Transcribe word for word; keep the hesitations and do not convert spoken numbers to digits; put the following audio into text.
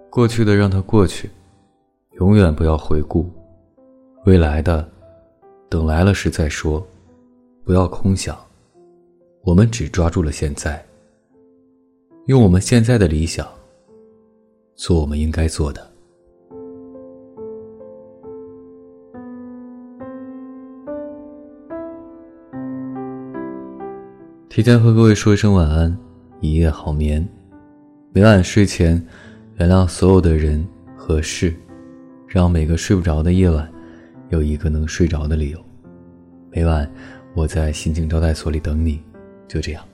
过去的让它过去，永远不要回顾。未来的，等来了时再说，不要空想。我们只抓住了现在，用我们现在的理想，做我们应该做的。提前和各位说一声晚安，一夜好眠。每晚睡前原谅所有的人和事，让每个睡不着的夜晚有一个能睡着的理由。每晚我在心情招待所里等你，就这样，